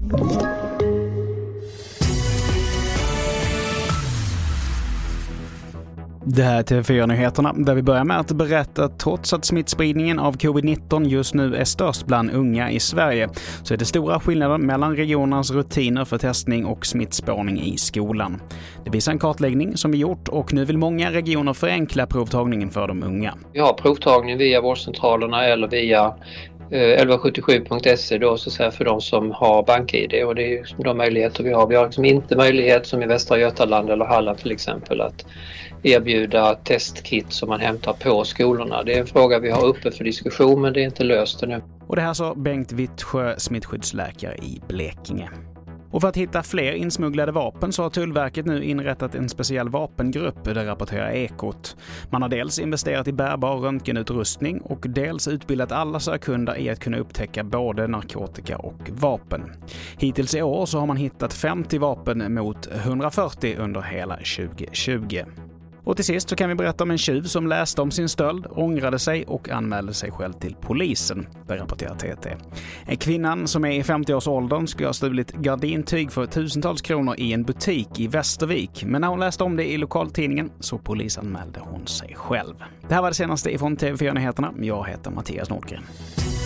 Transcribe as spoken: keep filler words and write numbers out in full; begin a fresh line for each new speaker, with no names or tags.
Det här är T V fyra-nyheterna där vi börjar med att berätta att trots att smittspridningen av covid nitton just nu är störst bland unga i Sverige så är det stora skillnader mellan regionernas rutiner för testning och smittspårning i skolan. Det visar en kartläggning som vi gjort och nu vill många regioner förenkla provtagningen för de unga.
Vi har provtagning via vårdcentralerna eller via elva sjuttiosju punkt se då, så att säga, för de som har bank-I D, och det är liksom de möjligheter vi har. Vi har liksom inte möjlighet som i Västra Götaland eller Halland till exempel att erbjuda testkit som man hämtar på skolorna. Det är en fråga vi har uppe för diskussion, men det är inte löst ännu.
Och det här sa Bengt Vittsjö, smittskyddsläkare i Blekinge. Och för att hitta fler insmugglade vapen så har Tullverket nu inrättat en speciell vapengrupp, där rapporterar Ekot. Man har dels investerat i bärbar röntgenutrustning och dels utbildat alla sökkunder i att kunna upptäcka både narkotika och vapen. Hittills i år så har man hittat femtio vapen mot hundrafyrtio under hela tjugo tjugo. Och till sist så kan vi berätta om en tjuv som läste om sin stöld, ångrade sig och anmälde sig själv till polisen, rapporterar T T. En kvinnan som är i femtio-årsåldern ska ha stulit gardintyg för tusentals kronor i en butik i Västervik. Men när hon läste om det i lokaltidningen så polisanmälde hon sig själv. Det här var det senaste ifrån T V fyra-nyheterna. Jag heter Mattias Nordgren.